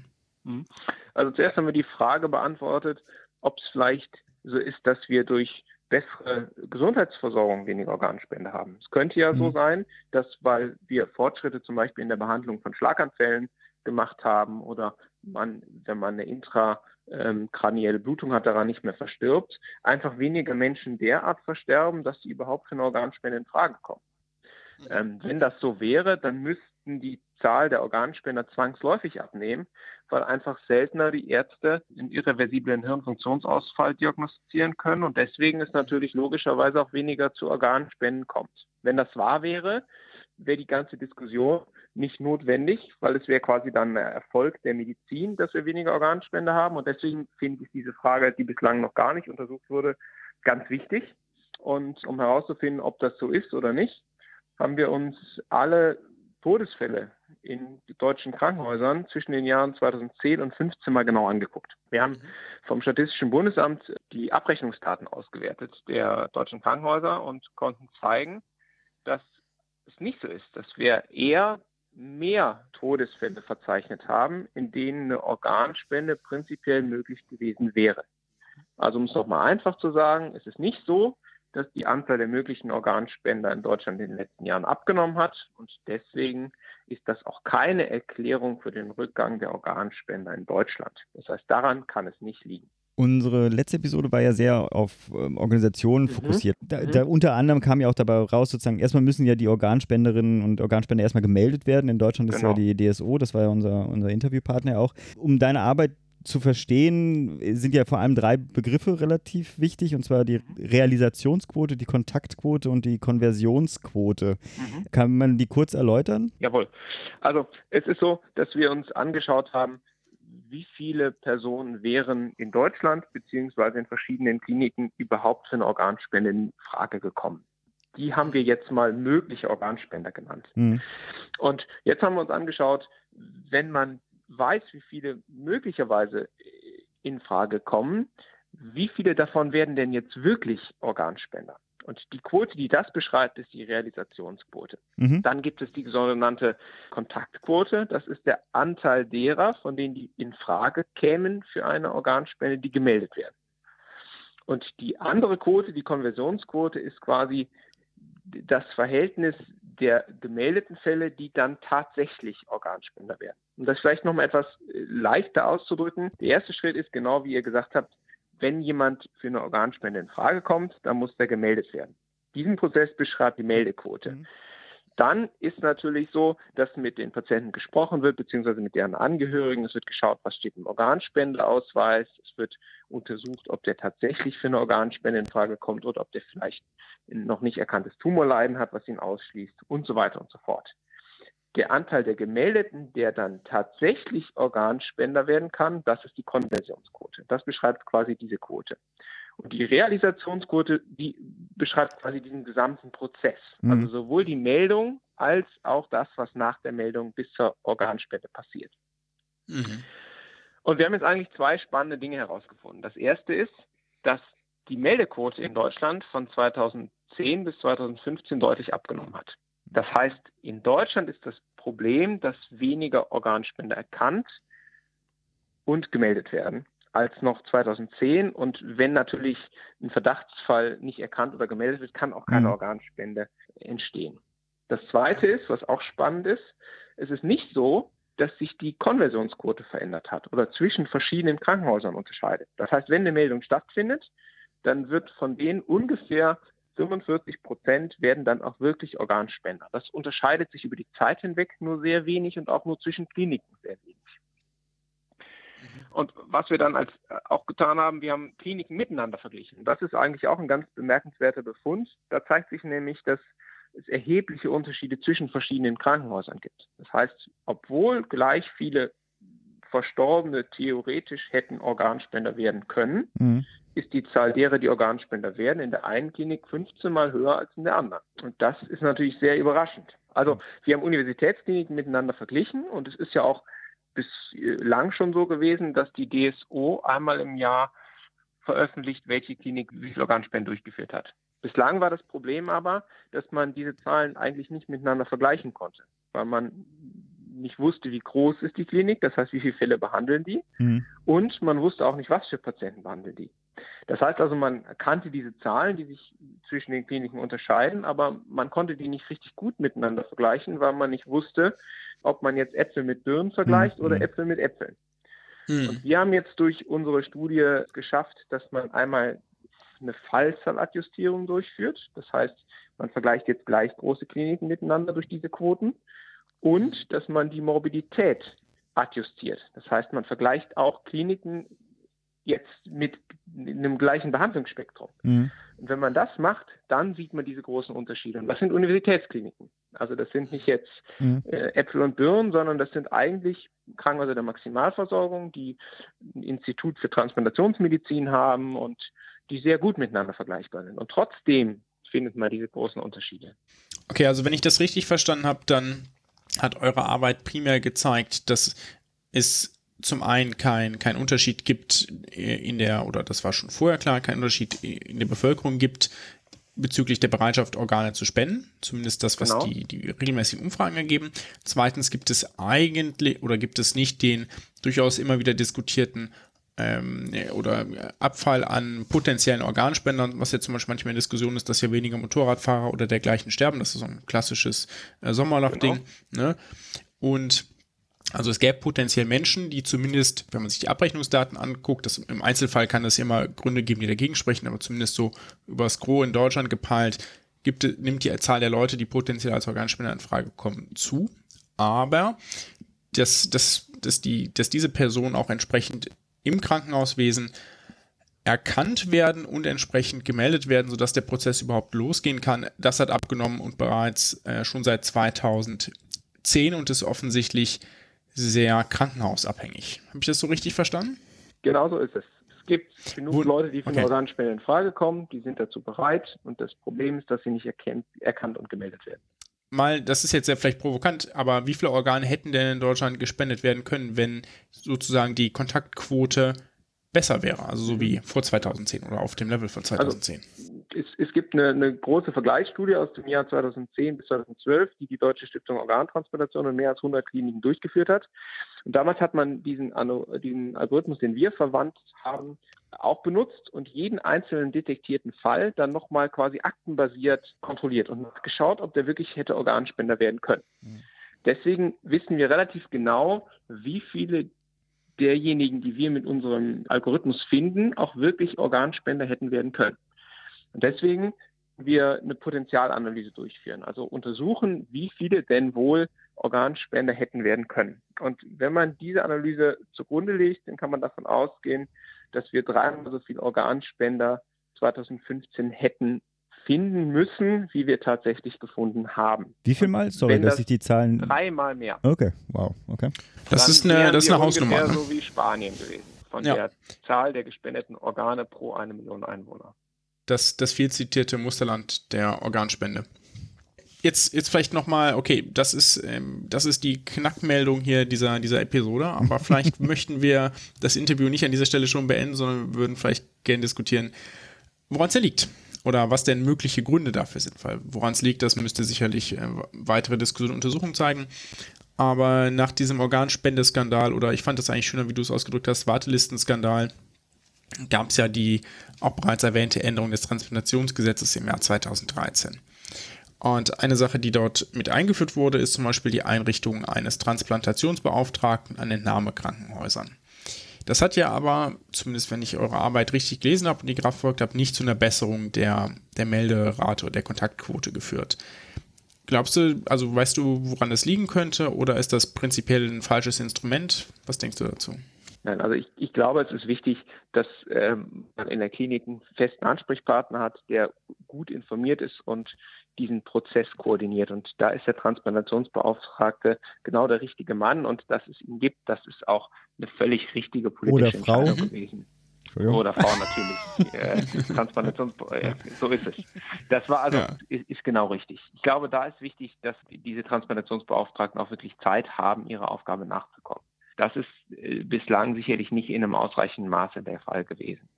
Also zuerst haben wir die Frage beantwortet, ob es vielleicht so ist, dass wir durch bessere Gesundheitsversorgung weniger Organspende haben. Es könnte ja mhm. so sein, dass weil wir Fortschritte zum Beispiel in der Behandlung von Schlaganfällen gemacht haben oder man, wenn man eine intrakranielle Blutung hat, daran nicht mehr verstirbt, einfach weniger Menschen derart versterben, dass sie überhaupt für eine Organspende in Frage kommen. Ähm, wenn das so wäre, dann müssten die Zahl der Organspender zwangsläufig abnehmen, weil einfach seltener die Ärzte einen irreversiblen Hirnfunktionsausfall diagnostizieren können und deswegen es natürlich logischerweise auch weniger zu Organspenden kommt. Wenn das wahr wäre, wäre die ganze Diskussion nicht notwendig, weil es wäre quasi dann ein Erfolg der Medizin, dass wir weniger Organspender haben und deswegen finde ich diese Frage, die bislang noch gar nicht untersucht wurde, ganz wichtig. Und um herauszufinden, ob das so ist oder nicht, haben wir uns alle Todesfälle in deutschen Krankenhäusern zwischen den Jahren zweitausendzehn und fünfzehn mal genau angeguckt. Wir haben vom Statistischen Bundesamt die Abrechnungsdaten ausgewertet der deutschen Krankenhäuser und konnten zeigen, dass es nicht so ist, dass wir eher mehr Todesfälle verzeichnet haben, in denen eine Organspende prinzipiell möglich gewesen wäre. Also um es nochmal einfach zu sagen, es ist nicht so, dass die Anzahl der möglichen Organspender in Deutschland in den letzten Jahren abgenommen hat. Und deswegen ist das auch keine Erklärung für den Rückgang der Organspender in Deutschland. Das heißt, daran kann es nicht liegen. Unsere letzte Episode war ja sehr auf ähm, Organisationen Mhm. fokussiert. Da, Mhm. da unter anderem kam ja auch dabei raus, sozusagen, erstmal müssen ja die Organspenderinnen und Organspender erstmal gemeldet werden. In Deutschland ist Genau. ja die D S O, das war ja unser, unser Interviewpartner auch. Um deine Arbeit zu verstehen, sind ja vor allem drei Begriffe relativ wichtig, und zwar die Realisationsquote, die Kontaktquote und die Konversionsquote. Mhm. Kann man die kurz erläutern? Jawohl. Also es ist so, dass wir uns angeschaut haben, wie viele Personen wären in Deutschland bzw. in verschiedenen Kliniken überhaupt für eine Organspende in Frage gekommen. Die haben wir jetzt mal mögliche Organspender genannt. Mhm. Und jetzt haben wir uns angeschaut, wenn man weiß, wie viele möglicherweise in Frage kommen, wie viele davon werden denn jetzt wirklich Organspender? Und die Quote, die das beschreibt, ist die Realisationsquote. Mhm. Dann gibt es die sogenannte Kontaktquote. Das ist der Anteil derer, von denen die in Frage kämen für eine Organspende, die gemeldet werden. Und die andere Quote, die Konversionsquote, ist quasi das Verhältnis der gemeldeten Fälle, die dann tatsächlich Organspender werden. Um das vielleicht nochmal etwas leichter auszudrücken. Der erste Schritt ist, genau wie ihr gesagt habt, wenn jemand für eine Organspende in Frage kommt, dann muss der gemeldet werden. Diesen Prozess beschreibt die Meldequote. Mhm. Dann ist natürlich so, dass mit den Patienten gesprochen wird, beziehungsweise mit deren Angehörigen. Es wird geschaut, was steht im Organspendeausweis. Es wird untersucht, ob der tatsächlich für eine Organspende in Frage kommt oder ob der vielleicht ein noch nicht erkanntes Tumorleiden hat, was ihn ausschließt und so weiter und so fort. Der Anteil der Gemeldeten, der dann tatsächlich Organspender werden kann, das ist die Konversionsquote. Das beschreibt quasi diese Quote. Und die Realisationsquote, die beschreibt quasi diesen gesamten Prozess. Mhm. Also sowohl die Meldung als auch das, was nach der Meldung bis zur Organspende passiert. Mhm. Und wir haben jetzt eigentlich zwei spannende Dinge herausgefunden. Das erste ist, dass die Meldequote in Deutschland von zweitausendzehn bis zweitausendfünfzehn deutlich abgenommen hat. Das heißt, in Deutschland ist das Problem, dass weniger Organspender erkannt und gemeldet werden als noch zweitausendzehn. Und wenn natürlich ein Verdachtsfall nicht erkannt oder gemeldet wird, kann auch keine Mhm. Organspende entstehen. Das Zweite ist, was auch spannend ist, es ist nicht so, dass sich die Konversionsquote verändert hat oder zwischen verschiedenen Krankenhäusern unterscheidet. Das heißt, wenn eine Meldung stattfindet, dann wird von denen ungefähr fünfundvierzig Prozent werden dann auch wirklich Organspender. Das unterscheidet sich über die Zeit hinweg nur sehr wenig und auch nur zwischen Kliniken sehr wenig. Und was wir dann als auch getan haben, wir haben Kliniken miteinander verglichen. Das ist eigentlich auch ein ganz bemerkenswerter Befund. Da zeigt sich nämlich, dass es erhebliche Unterschiede zwischen verschiedenen Krankenhäusern gibt. Das heißt, obwohl gleich viele Verstorbene theoretisch hätten Organspender werden können, Mhm. ist die Zahl derer, die Organspender werden, in der einen Klinik fünfzehn Mal höher als in der anderen. Und das ist natürlich sehr überraschend. Also wir haben Universitätskliniken miteinander verglichen und es ist ja auch bislang schon so gewesen, dass die D S O einmal im Jahr veröffentlicht, welche Klinik wie viel Organspenden durchgeführt hat. Bislang war das Problem aber, dass man diese Zahlen eigentlich nicht miteinander vergleichen konnte, weil man nicht wusste, wie groß ist die Klinik, das heißt, wie viele Fälle behandeln die, Mhm. und man wusste auch nicht, was für Patienten behandeln die. Das heißt also, man kannte diese Zahlen, die sich zwischen den Kliniken unterscheiden, aber man konnte die nicht richtig gut miteinander vergleichen, weil man nicht wusste, ob man jetzt Äpfel mit Birnen vergleicht Mhm. oder Äpfel mit Äpfeln. Hm. Und wir haben jetzt durch unsere Studie geschafft, dass man einmal eine Fallzahladjustierung durchführt. Das heißt, man vergleicht jetzt gleich große Kliniken miteinander durch diese Quoten und dass man die Morbidität adjustiert. Das heißt, man vergleicht auch Kliniken jetzt mit einem gleichen Behandlungsspektrum. Mhm. Und wenn man das macht, dann sieht man diese großen Unterschiede. Und das sind Universitätskliniken. Also das sind nicht jetzt Mhm. äh, Äpfel und Birnen, sondern das sind eigentlich Krankenhäuser der Maximalversorgung, die ein Institut für Transplantationsmedizin haben und die sehr gut miteinander vergleichbar sind. Und trotzdem findet man diese großen Unterschiede. Okay, also wenn ich das richtig verstanden habe, dann hat eure Arbeit primär gezeigt, dass es zum einen kein, kein Unterschied gibt in der, oder das war schon vorher klar, kein Unterschied in der Bevölkerung gibt bezüglich der Bereitschaft, Organe zu spenden. Zumindest das, was Genau. die, die regelmäßigen Umfragen ergeben. Zweitens gibt es eigentlich oder gibt es nicht den durchaus immer wieder diskutierten ähm, oder Abfall an potenziellen Organspendern, was jetzt zum Beispiel manchmal in Diskussion ist, dass ja weniger Motorradfahrer oder dergleichen sterben. Das ist so ein klassisches äh, Sommerloch-Ding. Ne? Und also es gäbe potenziell Menschen, die zumindest, wenn man sich die Abrechnungsdaten anguckt, das, im Einzelfall kann es immer Gründe geben, die dagegen sprechen, aber zumindest so übers Gros in Deutschland gepeilt, gibt, nimmt die Zahl der Leute, die potenziell als Organspender in Frage kommen, zu. Aber dass, dass, dass, die, dass diese Personen auch entsprechend im Krankenhauswesen erkannt werden und entsprechend gemeldet werden, sodass der Prozess überhaupt losgehen kann, das hat abgenommen und bereits äh, schon seit zweitausendzehn und ist offensichtlich sehr krankenhausabhängig. Habe ich das so richtig verstanden? Genau so ist es. Es gibt genug Wo- Leute, die für eine okay. Organspende in Frage kommen, die sind dazu bereit und das Problem ist, dass sie nicht erkennt, erkannt und gemeldet werden. Mal, das ist jetzt sehr vielleicht provokant, aber wie viele Organe hätten denn in Deutschland gespendet werden können, wenn sozusagen die Kontaktquote besser wäre, also so wie vor zweitausendzehn oder auf dem Level von zweitausendzehn? Es, es gibt eine, eine große Vergleichsstudie aus dem Jahr zweitausendzehn bis zweitausendzwölf, die die Deutsche Stiftung Organtransplantation in mehr als hundert Kliniken durchgeführt hat. Und damals hat man diesen, diesen Algorithmus, den wir verwandt haben, auch benutzt und jeden einzelnen detektierten Fall dann nochmal quasi aktenbasiert kontrolliert und geschaut, ob der wirklich hätte Organspender werden können. Mhm. Deswegen wissen wir relativ genau, wie viele derjenigen, die wir mit unserem Algorithmus finden, auch wirklich Organspender hätten werden können. Und deswegen wir eine Potenzialanalyse durchführen, also untersuchen, wie viele denn wohl Organspender hätten werden können. Und wenn man diese Analyse zugrunde legt, dann kann man davon ausgehen, dass wir dreimal so viele Organspender zweitausendfünfzehn hätten finden müssen, wie wir tatsächlich gefunden haben. Wie viel Mal? Sorry, Wenn dass das ich die Zahlen... Dreimal mehr. Okay, wow, okay. Das Dann ist eine, wären das ist wir eine Hausnummer. ungefähr Ne? so wie Spanien gewesen, von Ja. der Zahl der gespendeten Organe pro eine Million Einwohner. Das, das viel zitierte Musterland der Organspende. Jetzt, jetzt vielleicht nochmal, okay, das ist, ähm, das ist die Knackmeldung hier dieser, dieser Episode, aber vielleicht möchten wir das Interview nicht an dieser Stelle schon beenden, sondern wir würden vielleicht gerne diskutieren, woran es denn liegt oder was denn mögliche Gründe dafür sind, weil woran es liegt, das müsste sicherlich äh, weitere Diskussionen und Untersuchungen zeigen. Aber nach diesem Organspendeskandal oder ich fand das eigentlich schöner, wie du es ausgedrückt hast, Wartelistenskandal, gab es ja die auch bereits erwähnte Änderung des Transplantationsgesetzes im Jahr zweitausenddreizehn. Und eine Sache, die dort mit eingeführt wurde, ist zum Beispiel die Einrichtung eines Transplantationsbeauftragten an Entnahmekrankenhäusern. Das hat ja aber, zumindest wenn ich eure Arbeit richtig gelesen habe und die Graph verfolgt habe, nicht zu einer Besserung der, der Melderate oder der Kontaktquote geführt. Glaubst du, also weißt du, woran das liegen könnte oder ist das prinzipiell ein falsches Instrument? Was denkst du dazu? Nein, also ich, ich glaube, es ist wichtig, dass ähm, man in der Klinik einen festen Ansprechpartner hat, der gut informiert ist und diesen Prozess koordiniert. Und da ist der Transplantationsbeauftragte genau der richtige Mann und dass es ihn gibt, das ist auch eine völlig richtige politische Oder Frau. Entscheidung gewesen. Oder Frau natürlich. äh, Transplantations äh, so ist es. Das war also, Ja. ist, ist genau richtig. Ich glaube, da ist wichtig, dass diese Transplantationsbeauftragten auch wirklich Zeit haben, ihrer Aufgabe nachzukommen. Das ist äh, bislang sicherlich nicht in einem ausreichenden Maße der Fall gewesen.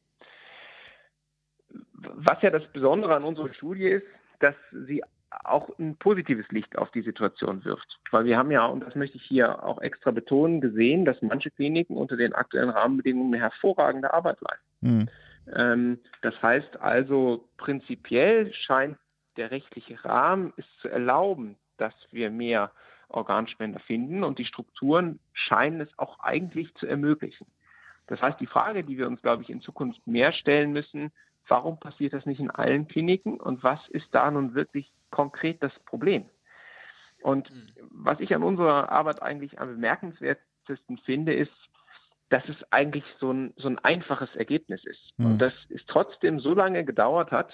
Was ja das Besondere an unserer Studie ist, dass sie auch ein positives Licht auf die Situation wirft. Weil wir haben ja, und das möchte ich hier auch extra betonen, gesehen, dass manche Kliniken unter den aktuellen Rahmenbedingungen eine hervorragende Arbeit leisten. Mhm. Ähm, das heißt also, prinzipiell scheint der rechtliche Rahmen es zu erlauben, dass wir mehr Organspender finden und die Strukturen scheinen es auch eigentlich zu ermöglichen. Das heißt, die Frage, die wir uns, glaube ich, in Zukunft mehr stellen müssen, warum passiert das nicht in allen Kliniken und was ist da nun wirklich konkret das Problem? Und was ich an unserer Arbeit eigentlich am bemerkenswertesten finde, ist, dass es eigentlich so ein, so ein einfaches Ergebnis ist. Mhm. Und dass es trotzdem so lange gedauert hat,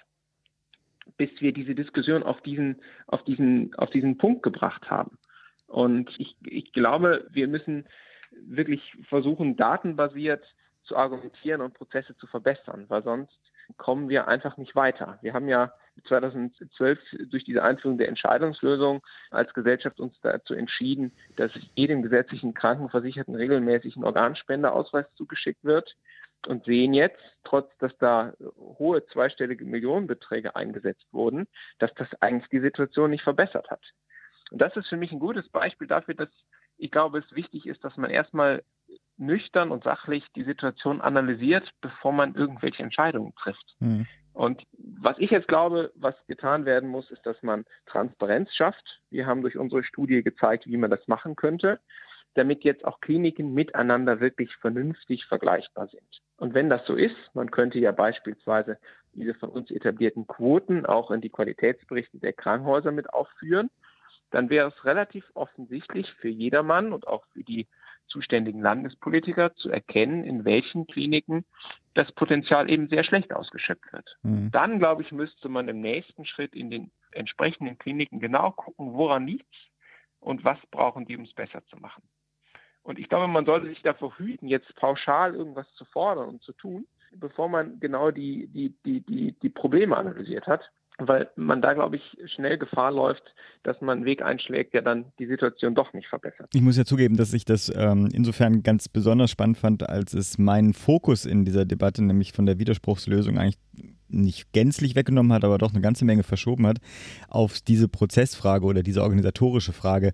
bis wir diese Diskussion auf diesen, auf diesen, auf diesen Punkt gebracht haben. Und ich, ich glaube, wir müssen wirklich versuchen, datenbasiert zu argumentieren und Prozesse zu verbessern, weil sonst kommen wir einfach nicht weiter. Wir haben ja zweitausendzwölf durch diese Einführung der Entscheidungslösung als Gesellschaft uns dazu entschieden, dass jedem gesetzlichen Krankenversicherten regelmäßig ein Organspendeausweis zugeschickt wird und sehen jetzt, trotz dass da hohe zweistellige Millionenbeträge eingesetzt wurden, dass das eigentlich die Situation nicht verbessert hat. Und das ist für mich ein gutes Beispiel dafür, dass ich glaube, es wichtig ist, dass man erstmal nüchtern und sachlich die Situation analysiert, bevor man irgendwelche Entscheidungen trifft. Mhm. Und was ich jetzt glaube, was getan werden muss, ist, dass man Transparenz schafft. Wir haben durch unsere Studie gezeigt, wie man das machen könnte, damit jetzt auch Kliniken miteinander wirklich vernünftig vergleichbar sind. Und wenn das so ist, man könnte ja beispielsweise diese von uns etablierten Quoten auch in die Qualitätsberichte der Krankenhäuser mit aufführen, dann wäre es relativ offensichtlich für jedermann und auch für die zuständigen Landespolitiker zu erkennen, in welchen Kliniken das Potenzial eben sehr schlecht ausgeschöpft wird. Mhm. Dann, glaube ich, müsste man im nächsten Schritt in den entsprechenden Kliniken genau gucken, woran liegt's und was brauchen die, um es besser zu machen. Und ich glaube, man sollte sich davor hüten, jetzt pauschal irgendwas zu fordern und zu tun, bevor man genau die, die, die, die, die Probleme analysiert hat. Weil man da, glaube ich, schnell Gefahr läuft, dass man einen Weg einschlägt, der dann die Situation doch nicht verbessert. Ich muss ja zugeben, dass ich das ähm, insofern ganz besonders spannend fand, als es meinen Fokus in dieser Debatte, nämlich von der Widerspruchslösung, eigentlich nicht gänzlich weggenommen hat, aber doch eine ganze Menge verschoben hat, auf diese Prozessfrage oder diese organisatorische Frage,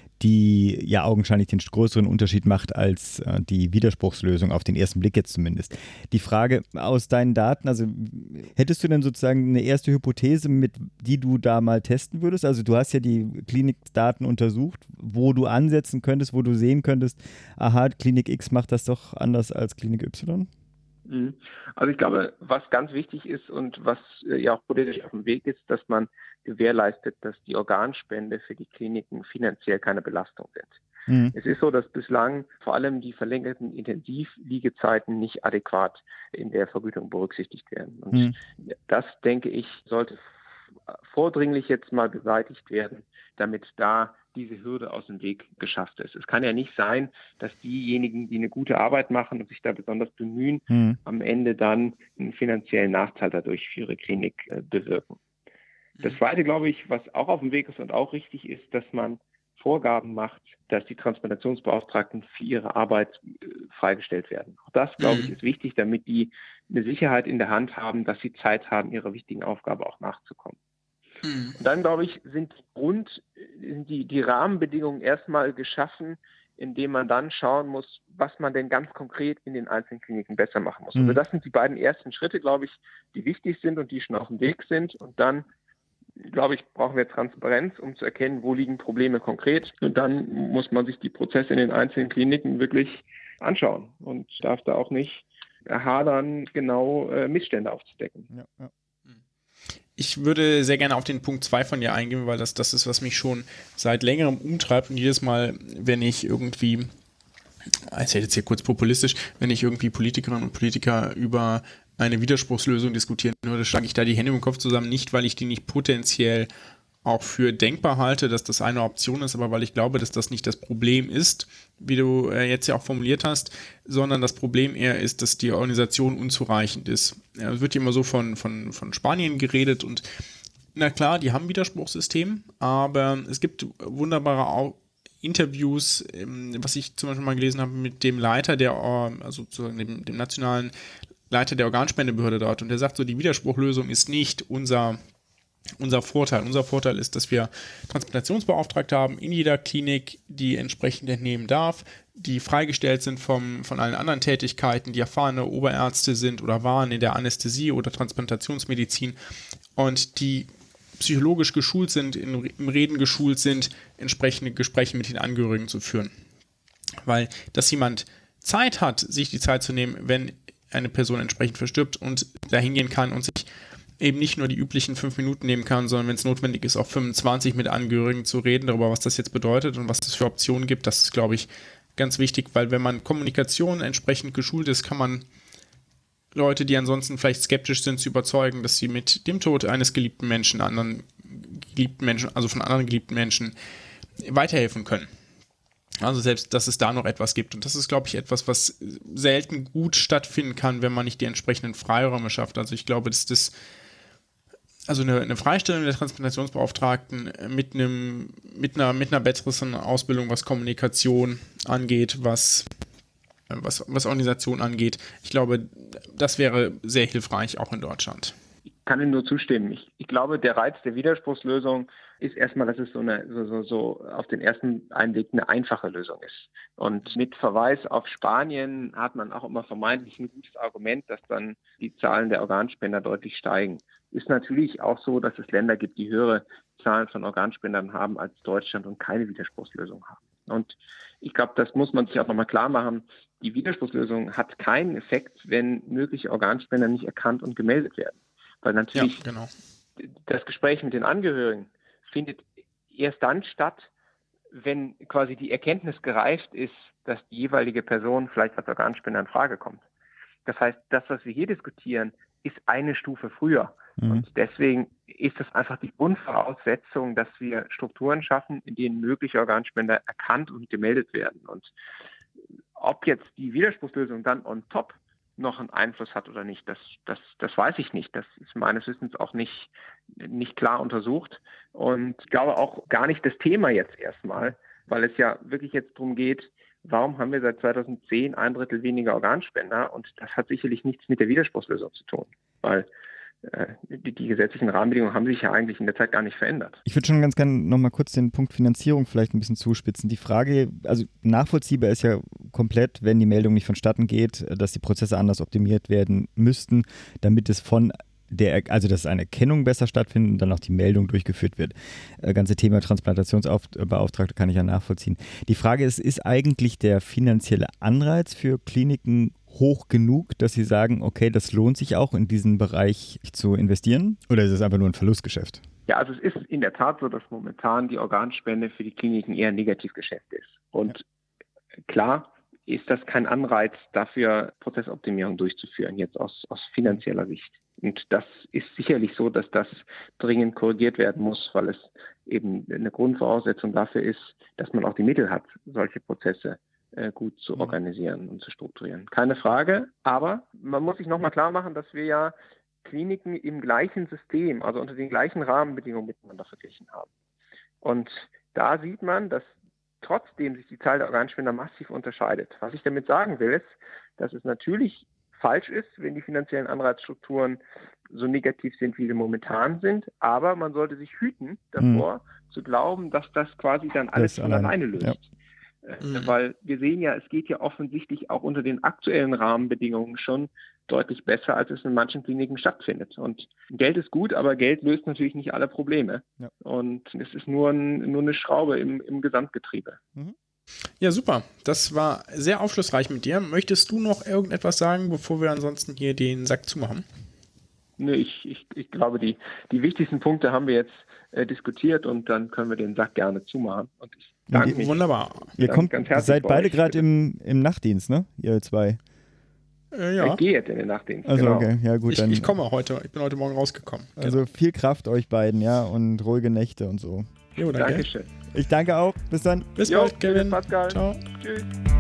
die ja augenscheinlich den größeren Unterschied macht als äh, die Widerspruchslösung, auf den ersten Blick jetzt zumindest. Die Frage aus deinen Daten, also hättest du denn sozusagen eine erste Hypothese, mit die du da mal testen würdest? Also du hast ja die Klinikdaten untersucht, wo du ansetzen könntest, wo du sehen könntest, aha, Klinik X macht das doch anders als Klinik Y? Also ich glaube, was ganz wichtig ist und was ja auch politisch auf dem Weg ist, dass man gewährleistet, dass die Organspende für die Kliniken finanziell keine Belastung sind. Mhm. Es ist so, dass bislang vor allem die verlängerten Intensivliegezeiten nicht adäquat in der Vergütung berücksichtigt werden. Und mhm. das, denke ich, sollte vordringlich jetzt mal beseitigt werden, damit da diese Hürde aus dem Weg geschafft ist. Es kann ja nicht sein, dass diejenigen, die eine gute Arbeit machen und sich da besonders bemühen, mhm. am Ende dann einen finanziellen Nachteil dadurch für ihre Klinik äh, bewirken. Das Zweite, glaube ich, was auch auf dem Weg ist und auch richtig ist, dass man Vorgaben macht, dass die Transplantationsbeauftragten für ihre Arbeit äh, freigestellt werden. Auch das, glaube ich, ist wichtig, damit die eine Sicherheit in der Hand haben, dass sie Zeit haben, ihrer wichtigen Aufgabe auch nachzukommen. Und dann, glaube ich, sind die Grund, sind die, die Rahmenbedingungen erstmal geschaffen, indem man dann schauen muss, was man denn ganz konkret in den einzelnen Kliniken besser machen muss. Mhm. Also das sind die beiden ersten Schritte, glaube ich, die wichtig sind und die schon auf dem Weg sind. Und dann, glaube ich, brauchen wir Transparenz, um zu erkennen, wo liegen Probleme konkret. Und dann muss man sich die Prozesse in den einzelnen Kliniken wirklich anschauen und darf da auch nicht hadern, genau äh, Missstände aufzudecken. Ja, ja. Ich würde sehr gerne auf den Punkt zwei von dir eingehen, weil das das ist, was mich schon seit längerem umtreibt. Und jedes Mal, wenn ich irgendwie, ich jetzt hier kurz populistisch, wenn ich irgendwie Politikerinnen und Politiker über eine Widerspruchslösung diskutieren würde, schlage ich da die Hände im Kopf zusammen. Nicht, weil ich die nicht potenziell auch für denkbar halte, dass das eine Option ist, aber weil ich glaube, dass das nicht das Problem ist, wie du äh, jetzt ja auch formuliert hast, sondern das Problem eher ist, dass die Organisation unzureichend ist. Ja, es wird ja immer so von, von, von Spanien geredet und na klar, die haben ein Widerspruchssystem, aber es gibt wunderbare Au- Interviews, ähm, was ich zum Beispiel mal gelesen habe mit dem Leiter der, also sozusagen dem, dem nationalen Leiter der Organspendebehörde dort und der sagt so, die Widerspruchlösung ist nicht unser Unser Vorteil. Unser Vorteil ist, dass wir Transplantationsbeauftragte haben in jeder Klinik, die entsprechend entnehmen darf, die freigestellt sind vom, von allen anderen Tätigkeiten, die erfahrene Oberärzte sind oder waren in der Anästhesie oder Transplantationsmedizin und die psychologisch geschult sind, in, im Reden geschult sind, entsprechende Gespräche mit den Angehörigen zu führen. Weil, dass jemand Zeit hat, sich die Zeit zu nehmen, wenn eine Person entsprechend verstirbt und dahin gehen kann und sich eben nicht nur die üblichen fünf Minuten nehmen kann, sondern wenn es notwendig ist, auch fünfundzwanzig mit Angehörigen zu reden, darüber, was das jetzt bedeutet und was es für Optionen gibt. Das ist, glaube ich, ganz wichtig, weil wenn man Kommunikation entsprechend geschult ist, kann man Leute, die ansonsten vielleicht skeptisch sind, zu überzeugen, dass sie mit dem Tod eines geliebten Menschen, anderen geliebten Menschen, also von anderen geliebten Menschen, weiterhelfen können. Also selbst, dass es da noch etwas gibt. Und das ist, glaube ich, etwas, was selten gut stattfinden kann, wenn man nicht die entsprechenden Freiräume schafft. Also ich glaube, dass das, also eine, eine Freistellung der Transplantationsbeauftragten mit einem, mit einer, mit einer besseren Ausbildung, was Kommunikation angeht, was Was, was Organisation angeht. Ich glaube, das wäre sehr hilfreich, auch in Deutschland. Ich kann Ihnen nur zustimmen. Ich, ich glaube, der Reiz der Widerspruchslösung ist erstmal, dass es so, eine, so, so, so auf den ersten Einblick eine einfache Lösung ist. Und mit Verweis auf Spanien hat man auch immer vermeintlich ein gutes Argument, dass dann die Zahlen der Organspender deutlich steigen. Ist natürlich auch so, dass es Länder gibt, die höhere Zahlen von Organspendern haben als Deutschland und keine Widerspruchslösung haben. Und ich glaube, das muss man sich auch nochmal klar machen. Die Widerspruchslösung hat keinen Effekt, wenn mögliche Organspender nicht erkannt und gemeldet werden. Weil natürlich ja, genau. das Gespräch mit den Angehörigen findet erst dann statt, wenn quasi die Erkenntnis gereift ist, dass die jeweilige Person vielleicht als Organspender in Frage kommt. Das heißt, das, was wir hier diskutieren, ist eine Stufe früher. Mhm. Und deswegen ist das einfach die Grundvoraussetzung, dass wir Strukturen schaffen, in denen mögliche Organspender erkannt und gemeldet werden. Und ob jetzt die Widerspruchslösung dann on top noch einen Einfluss hat oder nicht, das, das, das weiß ich nicht. Das ist meines Wissens auch nicht, nicht klar untersucht. Und ich glaube auch gar nicht das Thema jetzt erstmal, weil es ja wirklich jetzt darum geht, warum haben wir seit zweitausendzehn ein Drittel weniger Organspender? Und das hat sicherlich nichts mit der Widerspruchslösung zu tun, weil äh, die, die gesetzlichen Rahmenbedingungen haben sich ja eigentlich in der Zeit gar nicht verändert. Ich würde schon ganz gerne nochmal kurz den Punkt Finanzierung vielleicht ein bisschen zuspitzen. Die Frage, also nachvollziehbar ist ja komplett, wenn die Meldung nicht vonstatten geht, dass die Prozesse anders optimiert werden müssten, damit es von Der, also dass eine Erkennung besser stattfindet und dann auch die Meldung durchgeführt wird. Das ganze Thema Transplantationsbeauftragte kann ich ja nachvollziehen. Die Frage ist, ist eigentlich der finanzielle Anreiz für Kliniken hoch genug, dass sie sagen, okay, das lohnt sich auch in diesen Bereich zu investieren? Oder ist es einfach nur ein Verlustgeschäft? Ja, also es ist in der Tat so, dass momentan die Organspende für die Kliniken eher ein Negativgeschäft ist. Und ja. Klar ist das kein Anreiz dafür, Prozessoptimierung durchzuführen, jetzt aus, aus finanzieller Sicht. Und das ist sicherlich so, dass das dringend korrigiert werden muss, weil es eben eine Grundvoraussetzung dafür ist, dass man auch die Mittel hat, solche Prozesse äh, gut zu organisieren und zu strukturieren. Keine Frage, aber man muss sich nochmal klar machen, dass wir ja Kliniken im gleichen System, also unter den gleichen Rahmenbedingungen miteinander verglichen haben. Und da sieht man, dass trotzdem sich die Zahl der Organspender massiv unterscheidet. Was ich damit sagen will, ist, dass es natürlich falsch ist, wenn die finanziellen Anreizstrukturen so negativ sind, wie sie momentan sind. Aber man sollte sich hüten davor, mhm. zu glauben, dass das quasi dann alles von alleine, alleine löst. Ja. Äh, mhm. Weil wir sehen ja, es geht ja offensichtlich auch unter den aktuellen Rahmenbedingungen schon deutlich besser, als es in manchen Kliniken stattfindet. Und Geld ist gut, aber Geld löst natürlich nicht alle Probleme. Ja. Und es ist nur, ein, nur eine Schraube im, im Gesamtgetriebe. Mhm. Ja, super. Das war sehr aufschlussreich mit dir. Möchtest du noch irgendetwas sagen, bevor wir ansonsten hier den Sack zumachen? Nö, ich, ich, ich glaube, die, die wichtigsten Punkte haben wir jetzt äh, diskutiert und dann können wir den Sack gerne zumachen. Und ich danke ja, mich. Wunderbar. Ihr kommt, ganz seid beide gerade im, im Nachtdienst, ne? Ihr zwei. Äh, ja. Ich gehe jetzt in den Nachtdienst. Also genau. okay, ja gut. Ich, dann, ich komme heute. Ich bin heute Morgen rausgekommen. Also genau. Viel Kraft euch beiden, ja, und ruhige Nächte und so. Jo, danke. Dankeschön. Ich danke auch. Bis dann. Bis jo, bald, Kevin. Pascal. Ciao. Tschüss.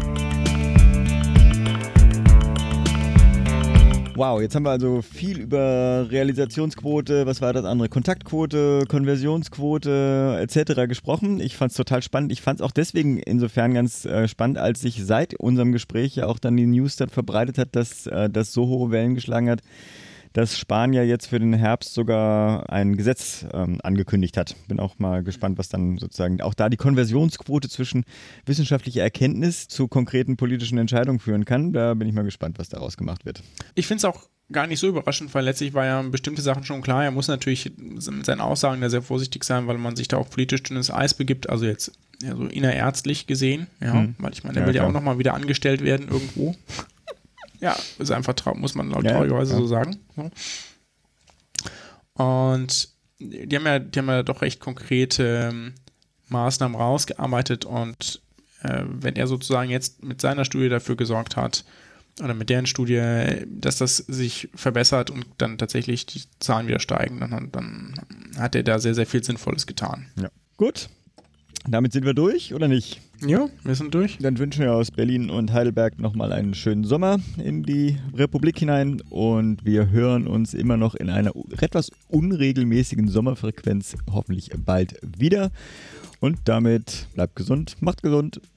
Wow, jetzt haben wir also viel über Realisationsquote, was war das andere, Kontaktquote, Konversionsquote et cetera gesprochen. Ich fand es total spannend. Ich fand es auch deswegen insofern ganz äh, spannend, als sich seit unserem Gespräch ja auch dann die News dann verbreitet hat, dass äh, das so hohe Wellen geschlagen hat, dass Spanien jetzt für den Herbst sogar ein Gesetz ähm, angekündigt hat. Bin auch mal gespannt, was dann sozusagen auch da die Konversionsquote zwischen wissenschaftlicher Erkenntnis zu konkreten politischen Entscheidungen führen kann. Da bin ich mal gespannt, was daraus gemacht wird. Ich finde es auch gar nicht so überraschend, weil letztlich war ja bestimmte Sachen schon klar. Er muss natürlich mit seinen Aussagen da sehr vorsichtig sein, weil man sich da auch politisch dünnes Eis begibt. Also jetzt ja, so innerärztlich gesehen, ja, Hm. weil ich meine, der Ja, will ja klar. auch nochmal wieder angestellt werden irgendwo. Ja, ist einfach, trau- muss man laut Ja, traurigerweise ja. so sagen. So. Und die haben ja, die haben ja doch recht konkrete ähm, Maßnahmen rausgearbeitet und äh, wenn er sozusagen jetzt mit seiner Studie dafür gesorgt hat, oder mit deren Studie, dass das sich verbessert und dann tatsächlich die Zahlen wieder steigen, dann, dann hat er da sehr, sehr viel Sinnvolles getan. Ja. Gut, damit sind wir durch, oder nicht? Ja, wir sind durch. Dann wünschen wir aus Berlin und Heidelberg nochmal einen schönen Sommer in die Republik hinein und wir hören uns immer noch in einer etwas unregelmäßigen Sommerfrequenz hoffentlich bald wieder. Und damit bleibt gesund, macht gesund.